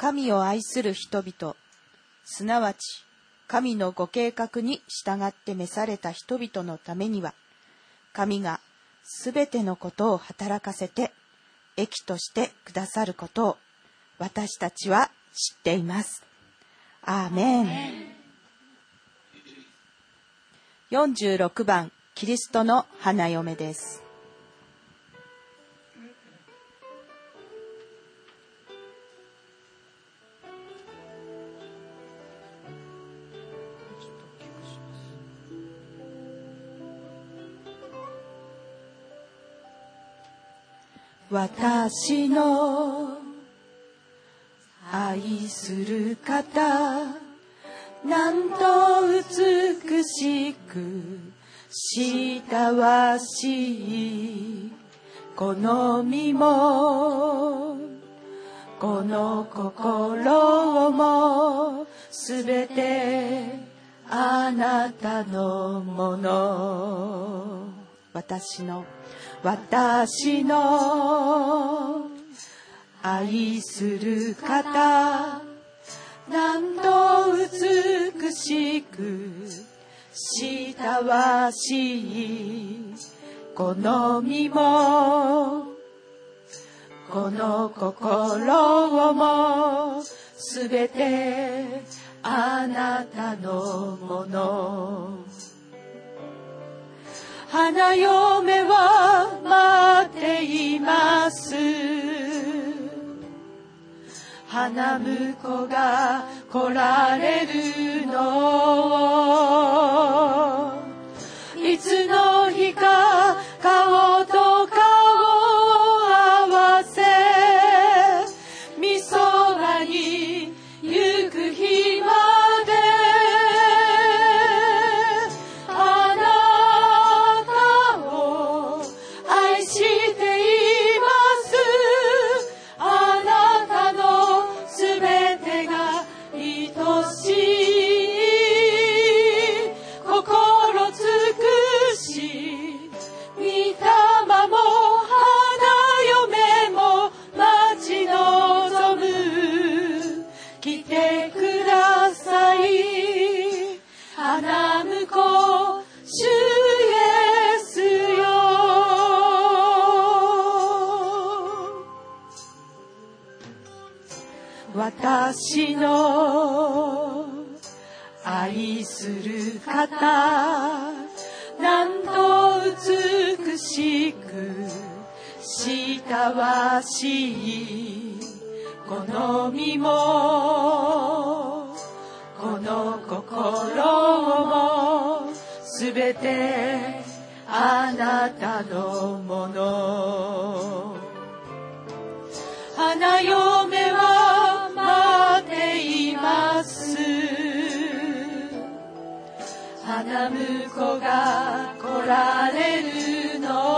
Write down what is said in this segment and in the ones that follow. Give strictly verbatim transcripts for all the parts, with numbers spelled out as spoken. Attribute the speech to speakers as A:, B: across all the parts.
A: 神を愛する人々、すなわち神のご計画に従って召された人々のためには、神がすべてのことを働かせて益としてくださることを私たちは知っています。アーメン。よんじゅうろくばん、キリストの花嫁です。私の愛する方、なんと美しく親しい、この身もこの心もすべてあなたのもの。私の私の愛する方、なんと美しく親しい、この身もこの心もすべてあなたのもの。花嫁は待っています。花婿が来られるの、いつの日か顔と顔合わせ、みそばに行く日まで、あなたを愛しています。あなたのすべてが愛しい、心尽くし、御霊も花嫁も待ち望む。来てください、花婿主イエスよ。私の愛する方、なんと美しく親しい、この身もこの心もすべてあなたのもの。花嫁は待っています。花婿が来られる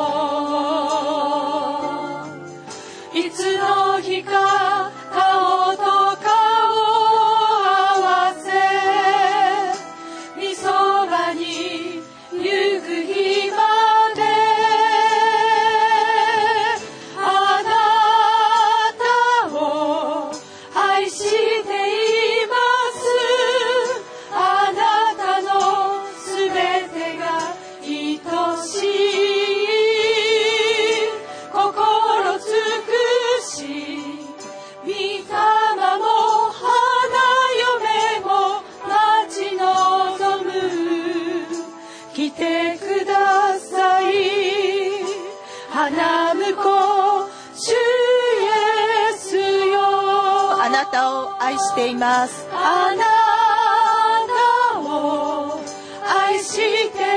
A: の、いつの日か顔と顔合わせ、みそばに行く日まで、あなたを愛しています。あなたのすべてが愛しい、心尽くし、御霊も花嫁も待ち望む。来てください、花婿主イエスよ。あなたを愛しています。あなたを愛しています。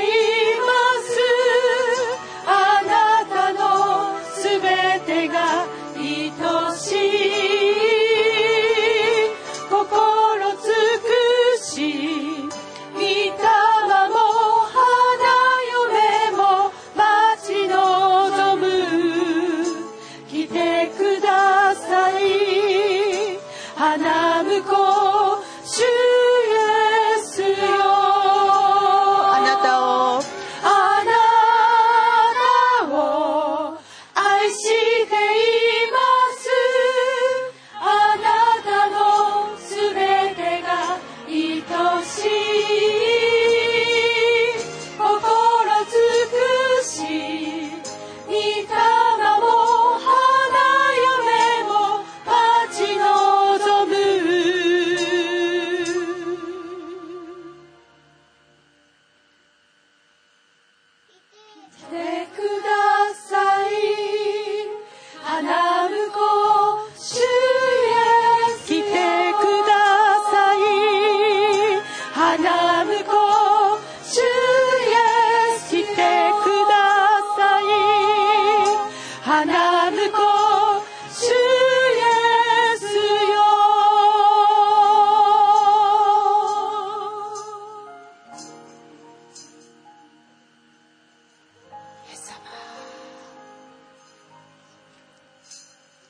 A: あなたのすべてが愛しい、心尽くし、御霊も花嫁も待ち望む。来てください、花婿主イエスよ。あなたをあなたを愛しています。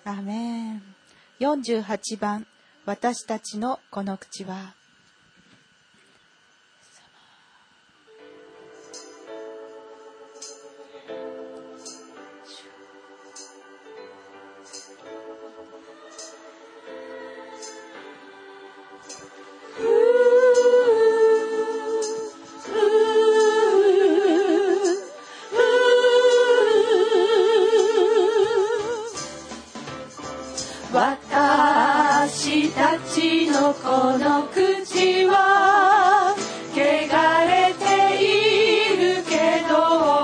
B: アーメン。よんじゅうはちばん、私たちのこの口は。
A: 私たちのこの口は汚れているけど、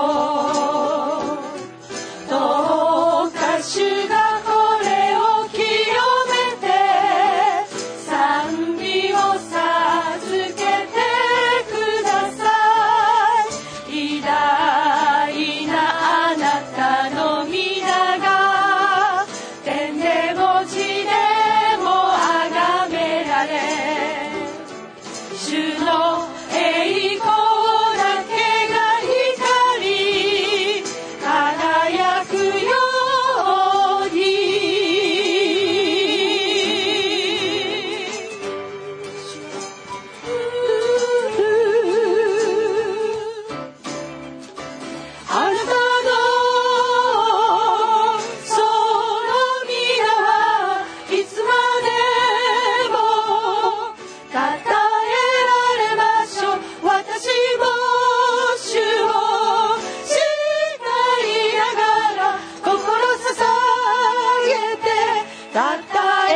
A: どうか主がこれを清めて賛美を授けてください。偉大なあなたの皆が天でも地でも崇められ、主の栄光だけが光り輝くように。あなたのその皆はいつまでもたたえられましょう。私も主を慕いながら心捧げてたた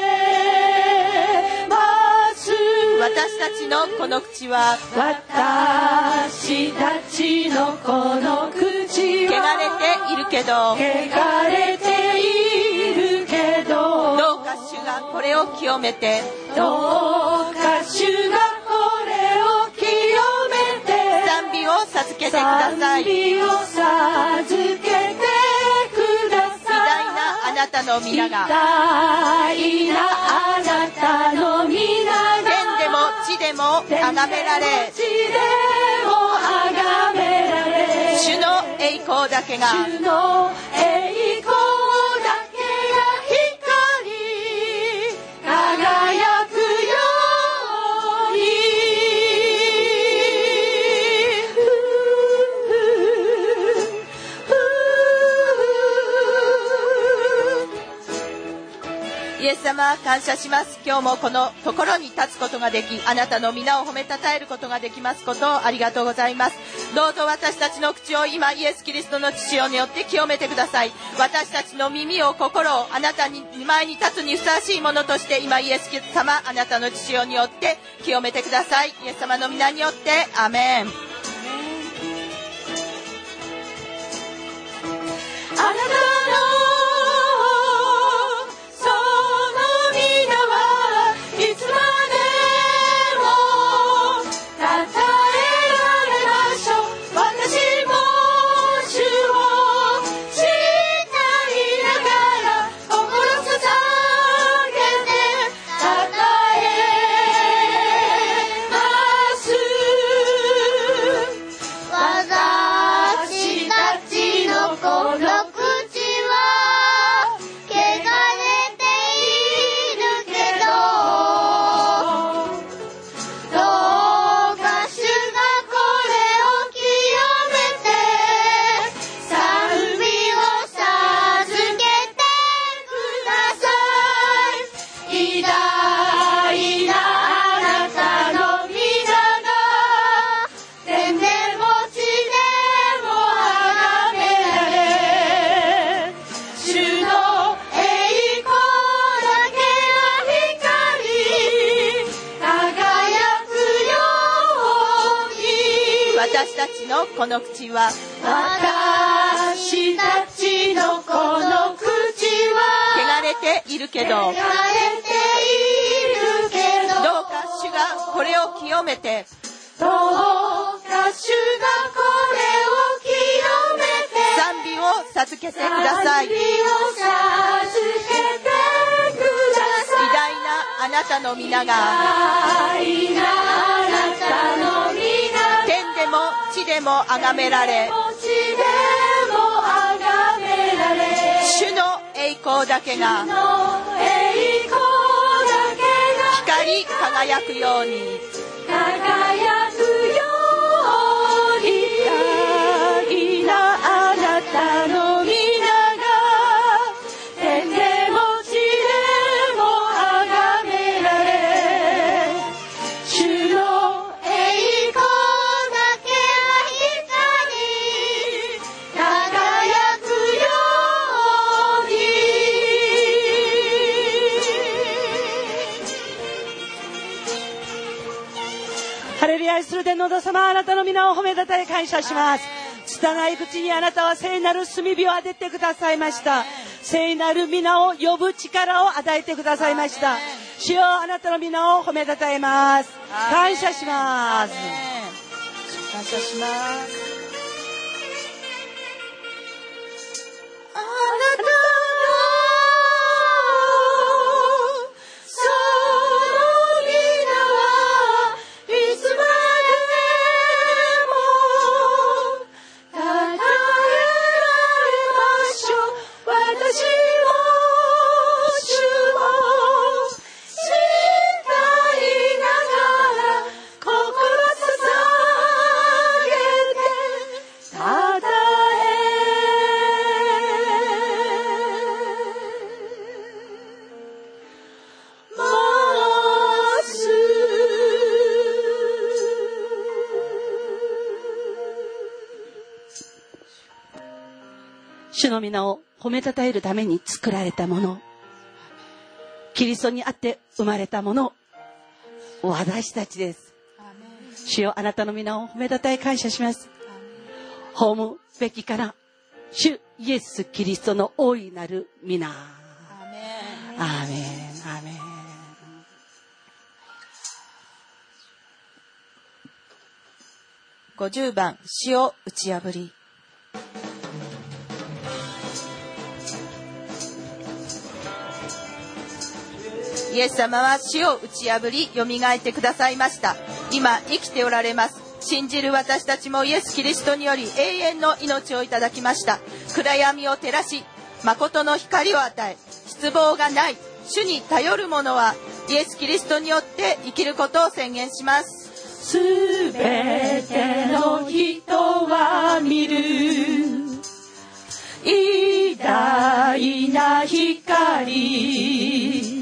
A: えます。
B: 私たちのこの口は
A: 私たちのこの口
B: 汚
A: は
B: れているけど、
A: 汚れているけど、
B: どうか主がこれを清めて
A: どうか主がこれを清めて
B: 賛美を授けてください。
A: 賛美を授けてくだ
B: 偉
A: さ
B: 大
A: い。
B: なあなたの皆が
A: 偉大なあなたの皆が
B: 天でも地でも崇められ、
A: 地でも崇められ、
B: 主の栄光だけが
A: 主の栄光だけが光り輝くように。
B: イエス様、感謝します。今日もこのところに立つことができ、あなたの皆を褒めたたえることができますことをありがとうございます。どうぞ私たちの口を今イエスキリストの血潮によって清めてください。私たちの耳を心をあなたに前に立つにふさわしいものとして今イエス様あなたの血潮によって清めてください。イエス様の皆によってアーメン。
A: あなたのその皆はいつまでもたたえられましょう。私も主を慕いながら心捧げてたたえます。私たちのこの口は汚れているけど、どうか主がこれを清めて賛美を授けてください。偉大なあなたの皆が天でも地でも崇められ、主の栄光だけが光り輝くように。
B: 私たちのこの口は
A: 私たちのこの口は
B: 汚れているけど、
A: 汚れているけど、
B: どうか主がこれを清めて
A: どうか主がこれを清めて
B: 賛美を授けてください。
A: 賛美を授けてください。
B: 偉大なあなたの皆が
A: 偉大なあなたの皆が
B: 天でも地でも崇められ、
A: 地でも崇められ、
B: 主の栄栄光だけが
A: 主の栄光だけが
B: 光り輝くように
A: 輝くように
B: 光なあなたの皆が
A: 天でも地でも崇められ主の栄光だけが光り輝くように
C: ハレルヤ。愛する天のお父様、あなたの皆を褒めたたえ感謝します。拙い口にあなたは聖なる炭火を当ててくださいました。聖なる皆を呼ぶ力を与えてくださいました。主よ、あなたの皆を褒めたたえます。感謝します。
B: 感謝します。あなたのその皆はいつまでもたたえられましょう。私も主を慕いながら心捧げてたたえます
C: 主の皆を褒めたたえるために作られたもの、キリストにあって生まれたもの、私たちです。主よ、あなたの皆を褒めたたえ感謝します。褒むべきから主イエス・キリストの大いなる皆。アーメン、アーメン。
B: ごじゅうばん、死を打ち破り。イエス様は死を打ち破り、よみがえってくださいました。今生きておられます。信じる私たちもイエス・キリストにより永遠の命をいただきました。暗闇を照らし、誠の光を与え、失望がない主に頼る者はイエス・キリストによって生きることを宣言します。
A: すべての人は見る偉大な光、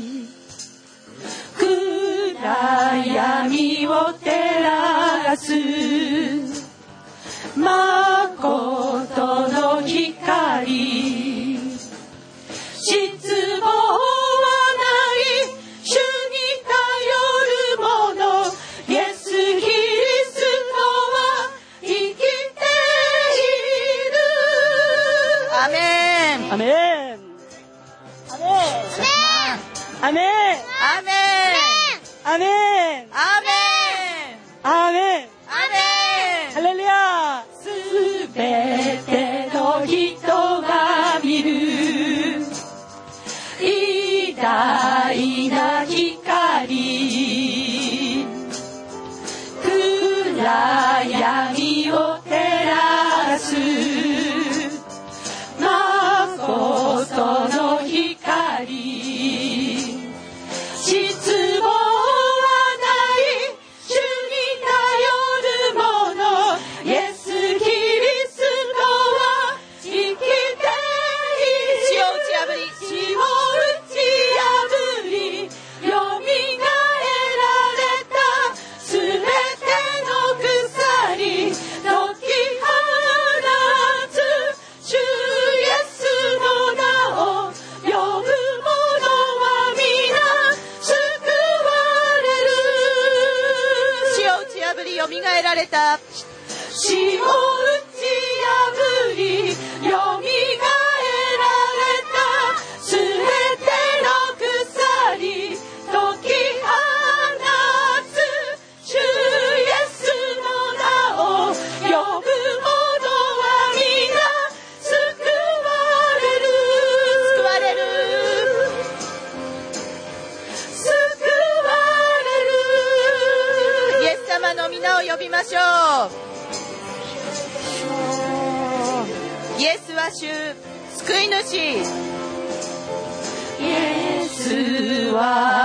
A: 暗闇を照らす誠の光、失望はない主に頼る者、イエス・キリストは生きている。
B: アメン。
C: アメン。アメン。アメン。アメン。
B: アメン。
C: アメン。
B: アメン。
C: アメン。
B: アメン。
C: ハレルヤ。
A: すべての人が見る偉大な光、暗闇を照らす誠の光、失望はない主に頼る者、イエス・キリストは生きている。
B: 死を打ち破り、
A: 死を打ち破り、よみがえられたすべての鎖、解き放つ主イエスの名を呼ぶ者は皆救われる。
B: 死を打ち破り、よみがえられた。
A: 死を打ち破り、よみがえられたすべての鎖、解き放つ主イエスの名を呼ぶ者は皆救われる。
B: 救われる。
A: 救われる。
B: イエス様の皆を呼びましょう。イエスは主、救い主。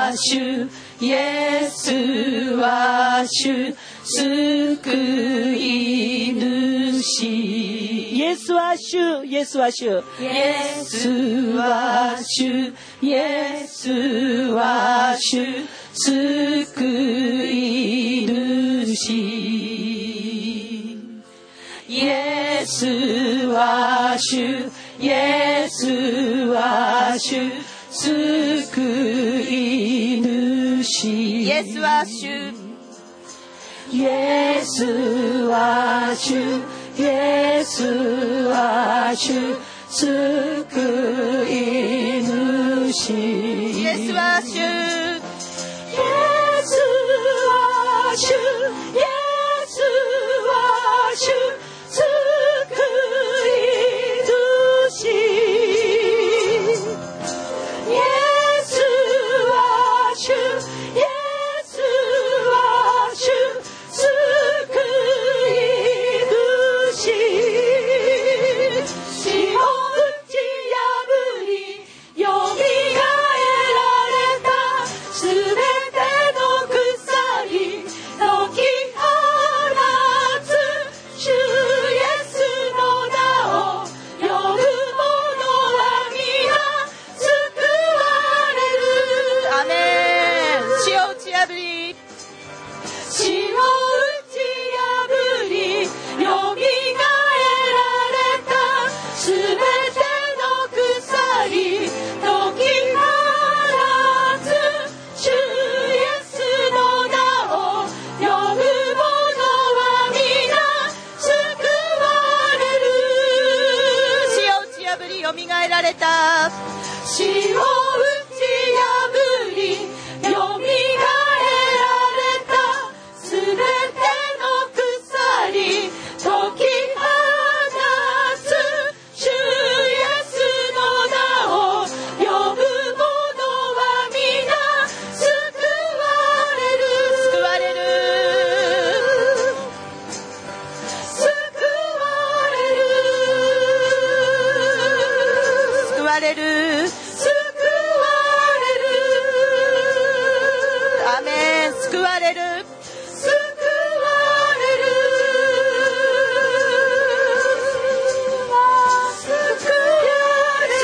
A: は主、イエスは主、救い主。
C: イエスは主、イエスは主、
A: イエスは主、イエスは主、救い主。イエスは主、イエスは主、救い主。
B: イエスは主、
A: イエスは主、イエスは主、救い主。
B: イエスは主、
A: イエスは主、イエスは主、救い主。イエスは主、イエスは主、救い主。死を打ち破り、よみがえられたすべての鎖、解き放つ主イエスの名を呼ぶ者は皆救われる。
B: アメン。死を打ち破り、
A: 死を打ち破り、よみがえられたすべての鎖、解き放つ主イエスの名を呼ぶ者は皆救われる。
B: 死を打ち破り、よみがえられた。
A: 死を打ち破り、よみがえられたすべての鎖、解き放つ主イエスの名を呼ぶ者は皆救われる。
B: 救われる。
A: 救われる。
B: 救われる。
A: 救われる。
B: アメン。救われる。
A: 救われる。救われ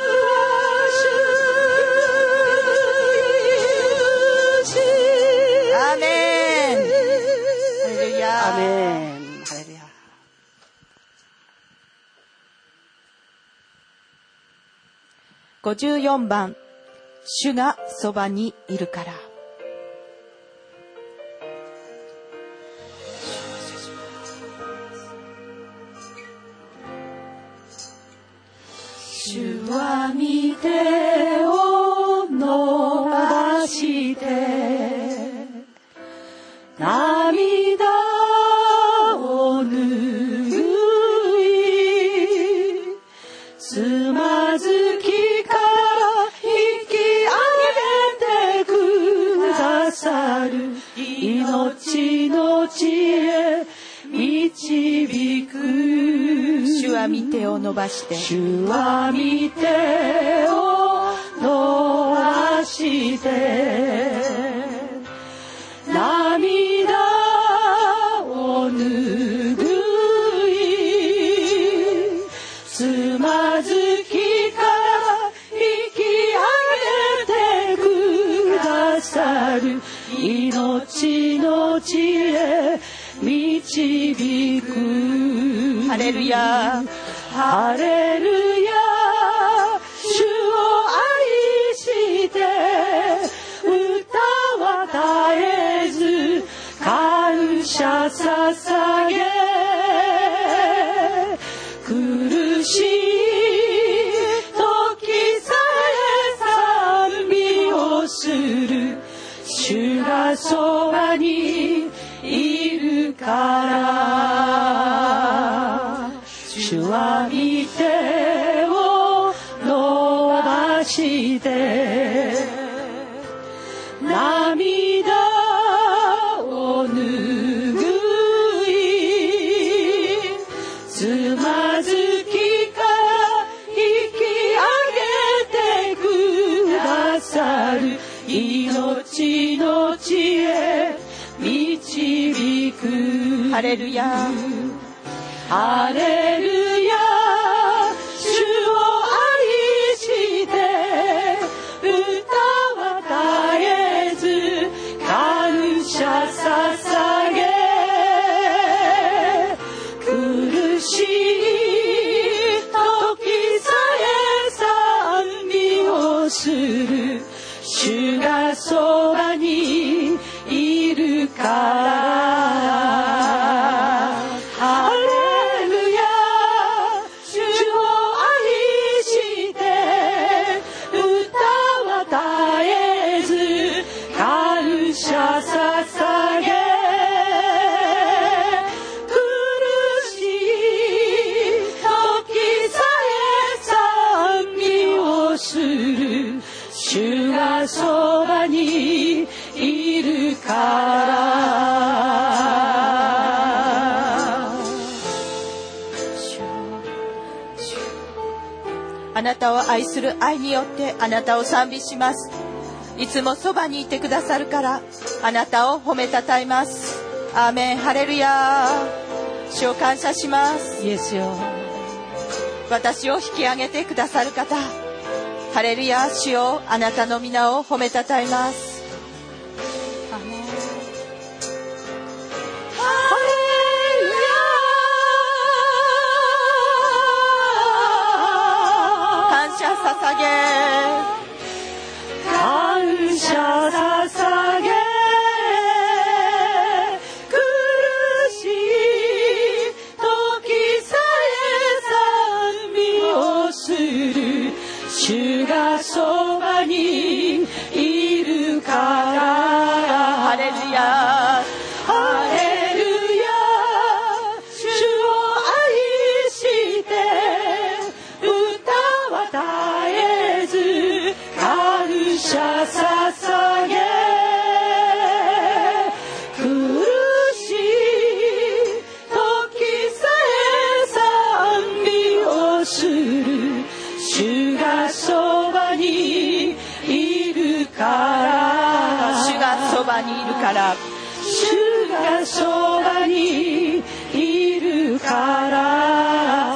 A: る。
B: アメン。ハレルヤ。
C: アメン。ハレルヤ。
B: ごじゅうよんばん、主がそばにいるから。
A: 主は御手を伸ばして涙を拭い、つまずきから引き上げてくださる命の知恵導く。
B: 主は御手を伸ばして、
A: 主は御手を伸ばして涙を拭い、つまずきから引き上げてくださる命の知恵導く。
B: ハレルヤ。
A: ハレルヤ。主を愛して歌は絶えず感謝捧げ、苦しい時さえ賛美をする主がそばにいるから。主は御手を伸ばして涙を拭い、つまずきから引き上げてくださる命の地へ導く。
B: ハレルヤ
A: ハレルヤ、主を愛して歌は絶えず感謝捧げ、苦しい時さえ賛美をする主がそばにいるから。ハレルヤ、主を愛して歌は絶えず感謝捧げ、苦しい時さえ賛美をする主がそばにいるから。
B: あなたを愛する愛によってあなたを賛美します。いつもそばにいてくださるからあなたを褒めたたえます。アーメン。ハレルヤ。主を感謝します。
C: イエスよ、
B: 私を引き上げてくださる方、ハレルヤ。主よ、あなたの皆を褒めたたえます。アーメン。
A: ハレルヤ、
B: 感謝捧げ、
A: 感謝捧げ、苦しい時さえ賛美をする主がそばにいるから。
B: ハレルヤ。
A: ハレルヤ、主を愛して歌は絶えず感謝捧げ、苦しい時さえ賛美をする主がそばにいるから。
B: 主がそばにいるから。
A: 主がそばにいるから。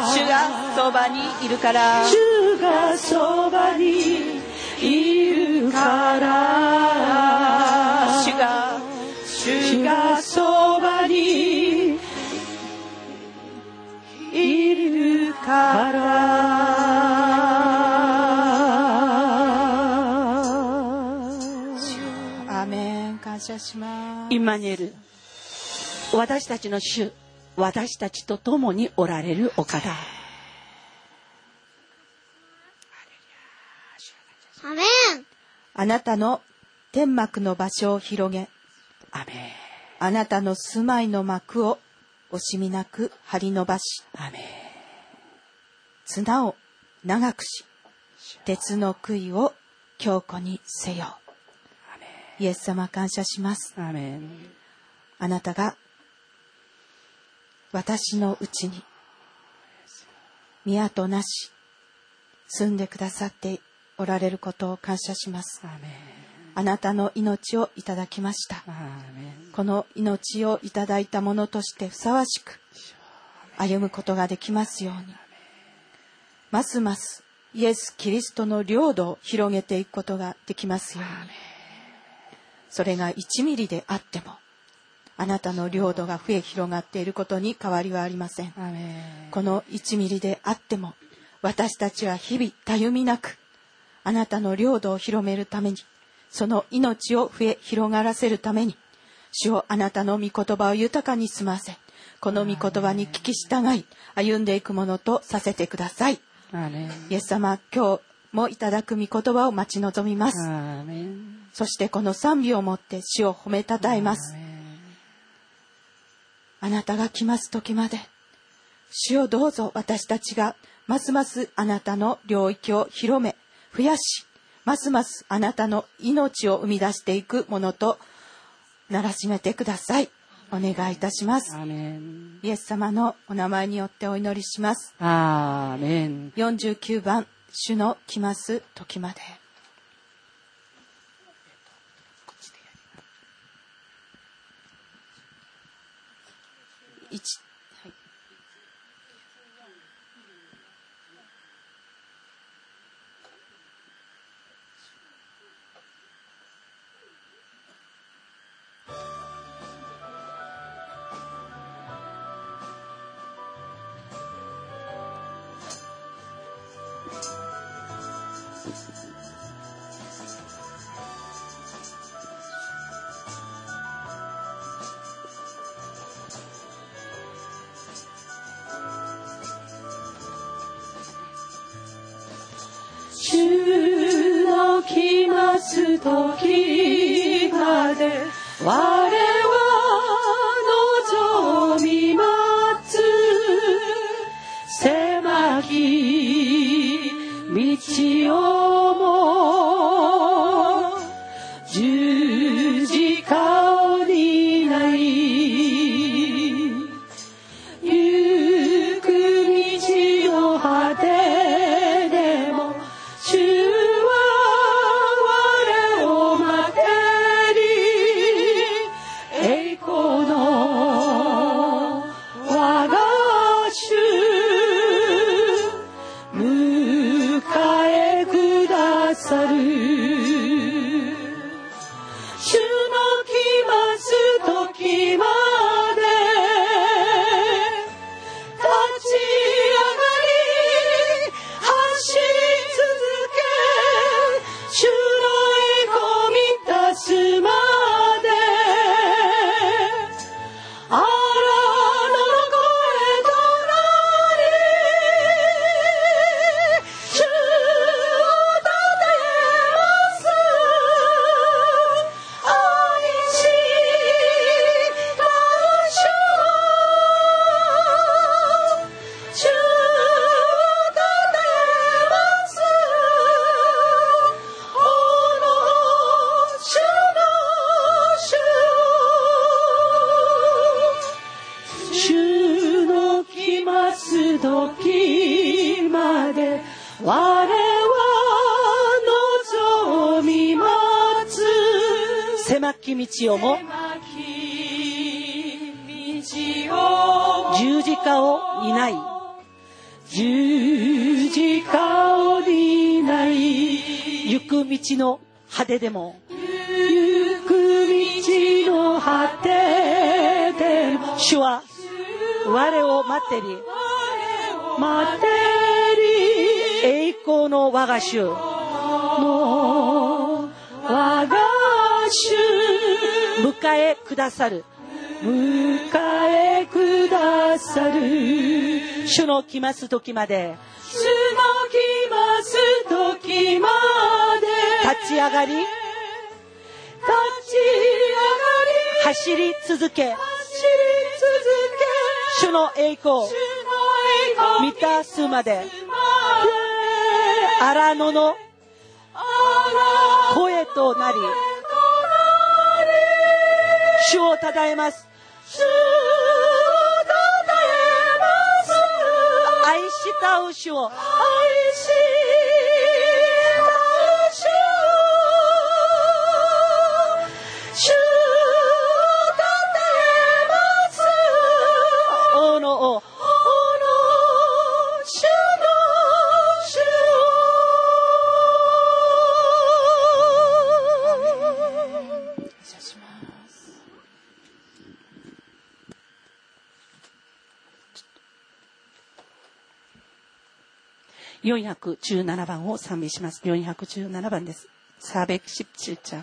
B: 主がそばにいるから。
A: 主がそばにいるから。
B: 主が
A: 主がそばにいるから。
B: アーメン。感謝します。
C: イマニュエル、私たちの主、私たちと共におられるお方。
D: アメン。
B: あなたの天幕の場所を広げ、
C: アメン。
B: あなたの住まいの幕を惜しみなく張り伸ばし、
C: アメン。
B: 綱を長くし、鉄の杭を強固にせよ。イエス様、感謝します。
C: アメン。
B: あなたが私のうちに宮となし住んでくださっておられることを感謝します。
C: アメン。
B: あなたの命をいただきました。
C: アメン。
B: この命をいただいたものとしてふさわしく歩むことができますように、ますますイエス・キリストの領土を広げていくことができますように、それがいちミリであってもあなたの領土が増え広がっていることに変わりはありません。
C: アメン。
B: このいちミリであっても私たちは日々たゆみなくあなたの領土を広めるために、その命を増え広がらせるために、主をあなたの御言葉を豊かに済ませ、この御言葉に聞き従い歩んでいくものとさせてください。
C: アメン。
B: イエス様、今日もいただく御言葉を待ち望みます。
C: アメン。
B: そしてこの賛美をもって主を褒めたたえます。あなたが来ます時まで、主をどうぞ私たちがますますあなたの領域を広め増やし、ますますあなたの命を生み出していくものとならしめてください。お願いいたします。
C: アメン。
B: イエス様のお名前によってお祈りします。
C: アメン。
B: よんじゅうきゅうばん、主の来ます時まで。 いち、はい、
A: 主の来ます時まで我は望み待つ狭き道をも十字架を担い行く道の果て時まで我は望み待つ
C: 狭き道をも十字架を担い
A: 十字架を担い
C: 行く道の果てでも
A: 行く道の果てでも
C: 主は我を待ってり
A: 待ってり
C: 栄光の我が主
A: の我が主
C: 迎えくださる
A: 迎えくださる
C: 主の来ます時まで
A: 主の来ます時まで
C: 立ち上がり
A: 立ち
C: 走り続け
A: 上がり走り続け
C: 主の栄光
A: 主の栄光
C: 満たすまで荒野の声となり主をたたえます
A: 主をたたえます
C: 愛したう主を
A: 愛した主主をたたえます
C: 王の王
A: おの主の主を
B: 謝します
C: よんひゃくじゅうななばんを賛美します。よんひゃくじゅうななばんです。사백십칠 장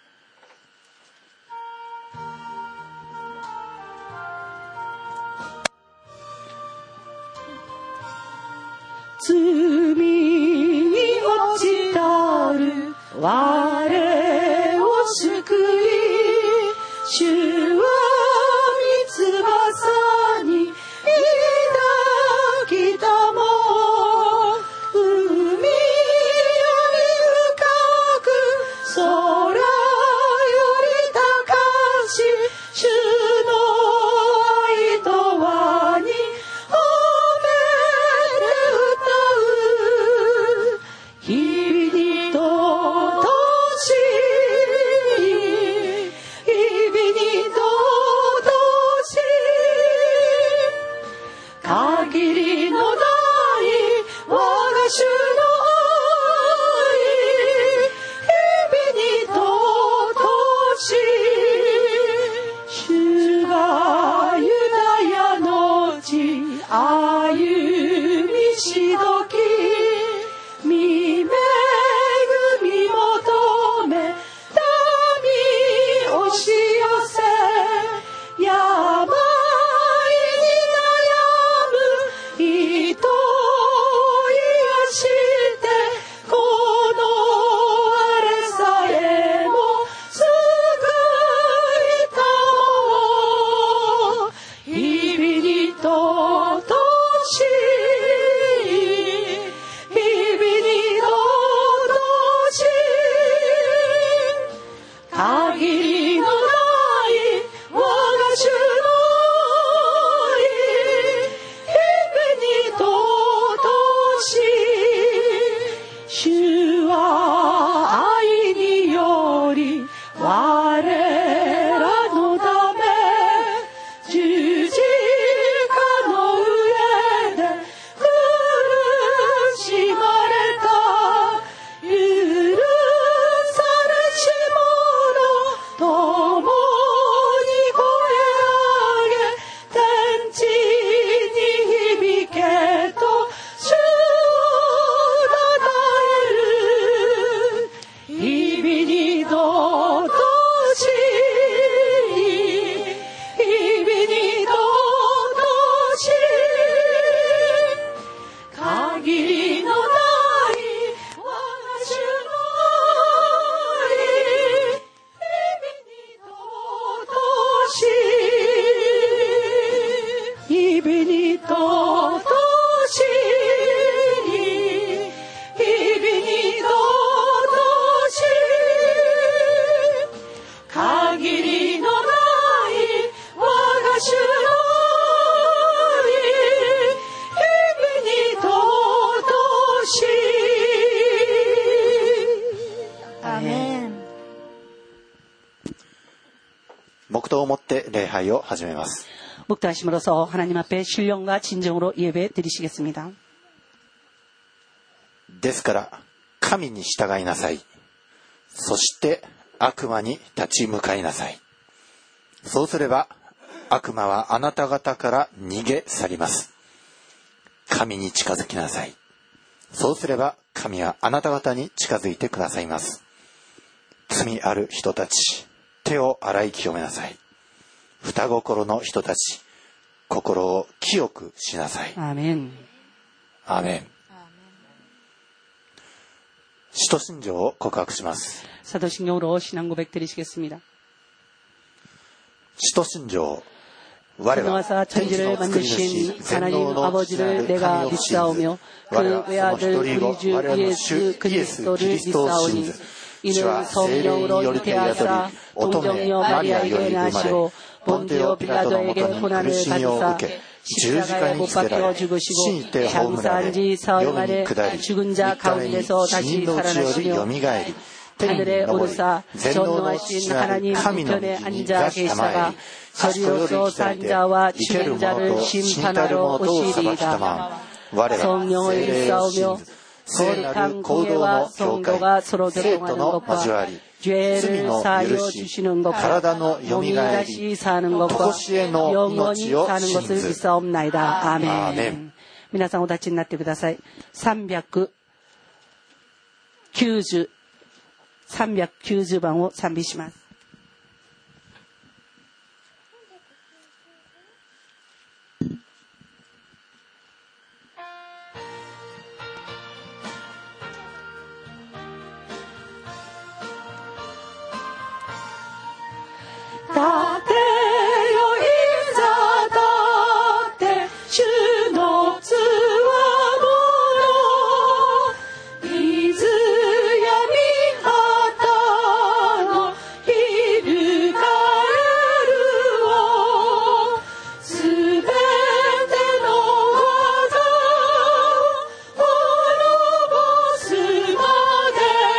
A: 罪に落ちたる我を救い主は三翼に抱きたも海より深く空より高し主の愛とはに褒めて歌う日々と共
C: アーメン。
D: 黙祷をもって礼拝を始めます。
C: 묵도하심으로써 하나님 앞에 신령과 진정으로 예배 드리시겠습니다.
D: ですから神に従いなさい。そして悪魔に立ち向かいなさい。そうすれば悪魔はあなた方から逃げ去ります。神に近づきなさい。そうすれば神はあなた方に近づいてくださいます。罪ある人たち、手を洗い清めなさい。双心の人たち、心を清くしなさい。
C: アーメン。
D: アーメン。使徒信条を告白します。
C: 사도신경으로 신앙 고백 드리시겠습니다.
D: 使徒信条。我は
C: 천지를 만드신 하나님 아버지를 내가 믿사오며 그 외아들 우리 주 예수 그리스도를 믿사오니 이는 성령으로 잉태하사 동정녀 마리아에게 나시고 본디오 빌라도에게 고난을 받으사 십자가에 못 박혀 죽으시고 장사한 지 사흘 만에 죽은 자 가운데서 다시 살아나시며 하늘에 오르사 전능하신 하나님 우편에 앉아 계시다가 저리로서 산자와 죽은 자를 심판하러 오시리이다. 성령을 믿사오며 거룩한 공예와 성도가 서로 교통하는 것과 죄를 사하여 주시는 것과 몸이 다시 사는 것과 영원히 사는 것을 믿사옵나이다. 아멘. 皆さんお立ちになってください。さんびゃくきゅうじゅうさんびゃくきゅうじゅうばんを賛美します。
A: 立てよいざ立って主のつわもの水や御旗の翻るをすべての技を滅ぼすまで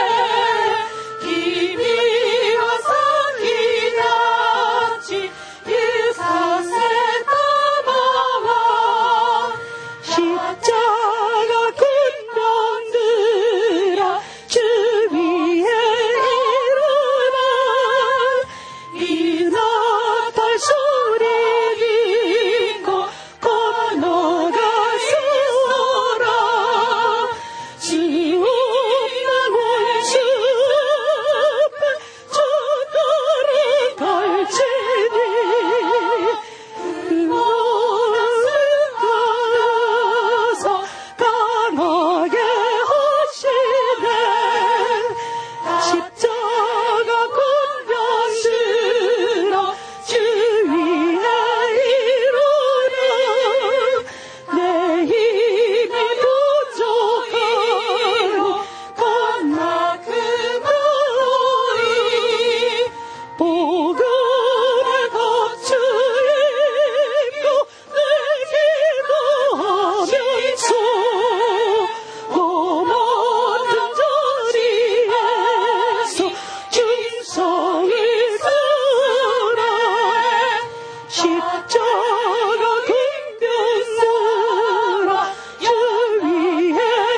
A: 君は先立ち行かせたまま십자가 군병들아 주 위에 일어나 이 나팔 소리 듣고 건너가서라 주 없는 원수 앞에 저 나를 갈지니 그곳을 가서 강하게 하시네 십자가 군병들아 주 위에 일어나 내 힘이 부족하여 겁나그마이 복음의 값을 입고 내 기도하면서 고모든 자리에서 충성을 다해 십자가 군병들아 주 위에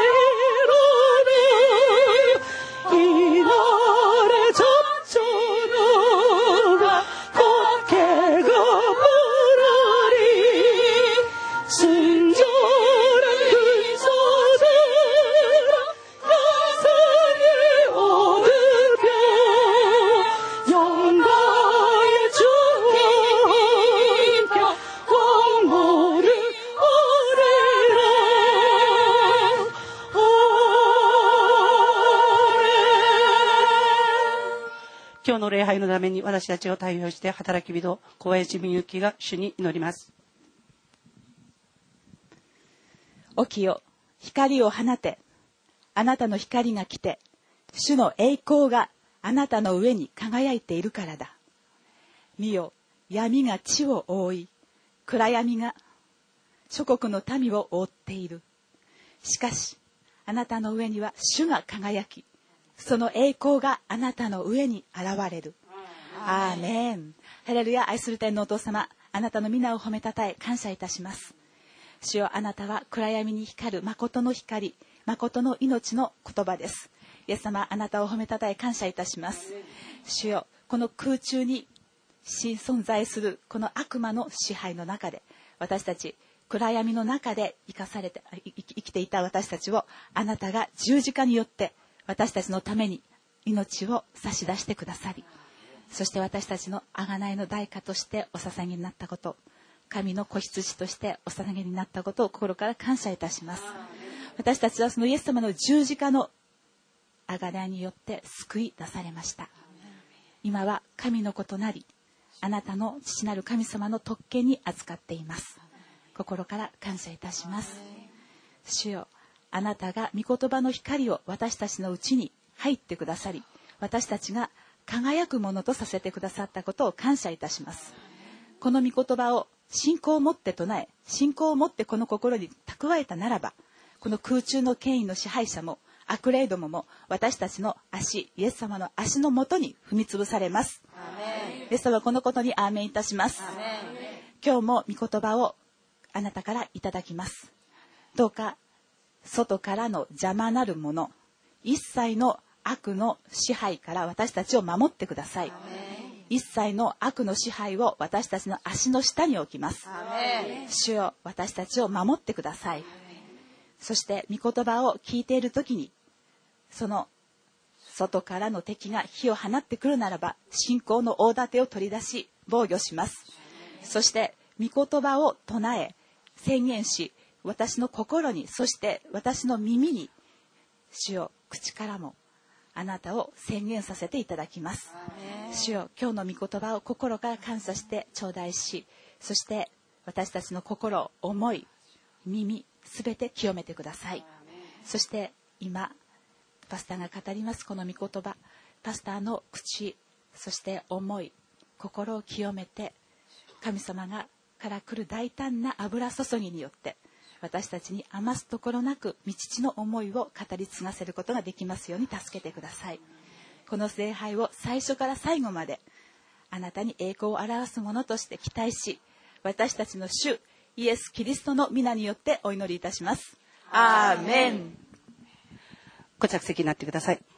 A: 일어나 이 날의 잡전어가 곧게 가버라리 순전한 근사들아 나상을 얻으며 영광의 주님 펴 왕모를 오래라 오래
C: 今日の礼拝のために私たちを代表して働き人小林美幸が主に祈ります。
E: 起きよ、光を放て。あなたの光が来て、主の栄光があなたの上に輝いているからだ。見よ、闇が地を覆い、暗闇が諸国の民を覆っている。しかし、あなたの上には主が輝き、 その栄光があなたの上に現れる。アーメン。ハレルヤ。愛する天のお父様、あなたの皆を褒めたたえ感謝いたします。主よ、あなたは暗闇に光る誠の光、誠の命の言葉です。イエス様、あなたを褒めたたえ感謝いたします。主よ、この空中に存在するこの悪魔の支配の中で、私たち暗闇の中で生かされて生きていた私たちを、あなたが十字架によって私たちのために命を差し出してくださり、そして私たちの贖いの代価としてお捧げになったこと、神の子羊としてお捧げになったことを心から感謝いたします。私たちはそのイエス様の十字架の贖いによって救い出されました。今は神の子となり、あなたの父なる神様の特権に預かっています。心から感謝いたします。主よ、あなたが御言葉の光を私たちのうちに入ってくださり、私たちが輝くものとさせてくださったことを感謝いたします。この御言葉を信仰を持って唱え、信仰を持ってこの心に蓄えたならば、この空中の権威の支配者も悪霊どもも私たちの足、イエス様の足のもとに踏みつぶされます。イエス様はこのことにアーメンいたします。今日も御言葉をあなたからいただきます。どうか外からの邪魔なるもの、一切の悪の支配から私たちを守ってください。一切の悪の支配を私たちの足の下に置きます。主よ、私たちを守ってください。そして御言葉を聞いているときに、その外からの敵が火を放ってくるならば、信仰の大盾を取り出し防御します。そして御言葉を唱え宣言し、私の心に、そして私の耳に、主よ、口からもあなたを宣言させていただきます。主よ、今日の御言葉を心から感謝して頂戴し、そして私たちの心、思い、耳、すべて清めてください。そして今パスターが語りますこの御言葉、パスターの口、そして思い、心を清めて、神様がから来る大胆な油注ぎによって私たちに余すところなく御父の思いを語り継がせることができますように助けてください。この礼拝を最初から最後まであなたに栄光を表すものとして期待し、私たちの主イエス・キリストの皆によってお祈りいたします。アーメン。
C: ご着席になってください。